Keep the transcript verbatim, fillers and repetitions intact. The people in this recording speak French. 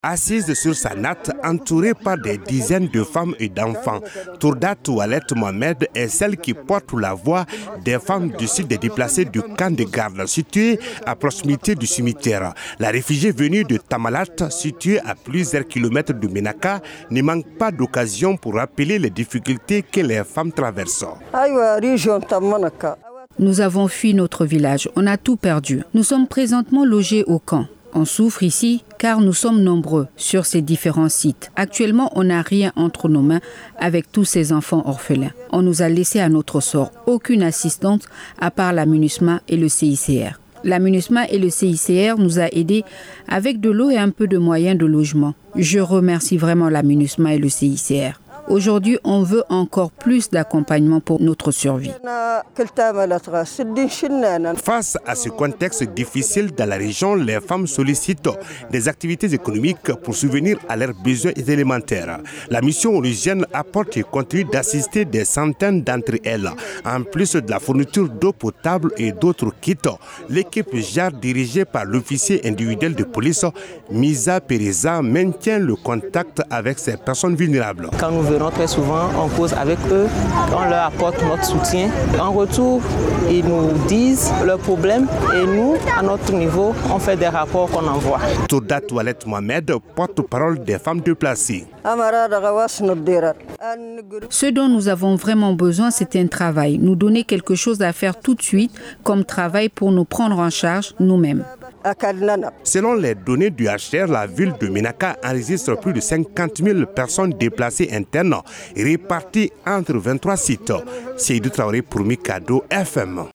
Assise sur sa natte, entourée par des dizaines de femmes et d'enfants, Tourda Toualette Mohamed est celle qui porte la voix des femmes du sud des déplacés du camp de garde, situé à proximité du cimetière. La réfugiée venue de Tamalat, située à plusieurs kilomètres de Ménaka, ne manque pas d'occasion pour rappeler les difficultés que les femmes traversent. Nous avons fui notre village, on a tout perdu. Nous sommes présentement logés au camp. On souffre ici car nous sommes nombreux sur ces différents sites. Actuellement, on n'a rien entre nos mains avec tous ces enfants orphelins. On nous a laissés à notre sort. Aucune assistance à part la MINUSMA et le C I C R. La MINUSMA et le C I C R nous a aidés avec de l'eau et un peu de moyens de logement. Je remercie vraiment la MINUSMA et le C I C R. Aujourd'hui, on veut encore plus d'accompagnement pour notre survie. Face à ce contexte difficile dans la région, les femmes sollicitent des activités économiques pour subvenir à leurs besoins élémentaires. La mission onusienne apporte et continue d'assister des centaines d'entre elles. En plus de la fourniture d'eau potable et d'autres kits, l'équipe J A R dirigée par l'officier individuel de police, Misa Pereza, maintient le contact avec ces personnes vulnérables. Quand nous venons très souvent, on cause avec eux, on leur apporte notre soutien. En retour, ils nous disent leurs problèmes et nous, à notre niveau, on fait des rapports qu'on envoie. Tourda Toualette Mohamed, porte-parole des femmes déplacées. Ce dont nous avons vraiment besoin, c'est un travail. Nous donner quelque chose à faire tout de suite comme travail pour nous prendre en charge nous-mêmes. Selon les données du H R, la ville de Ménaka enregistre plus de cinquante mille personnes déplacées internes réparties entre vingt-trois sites. Seydou Traoré pour Mikado F M.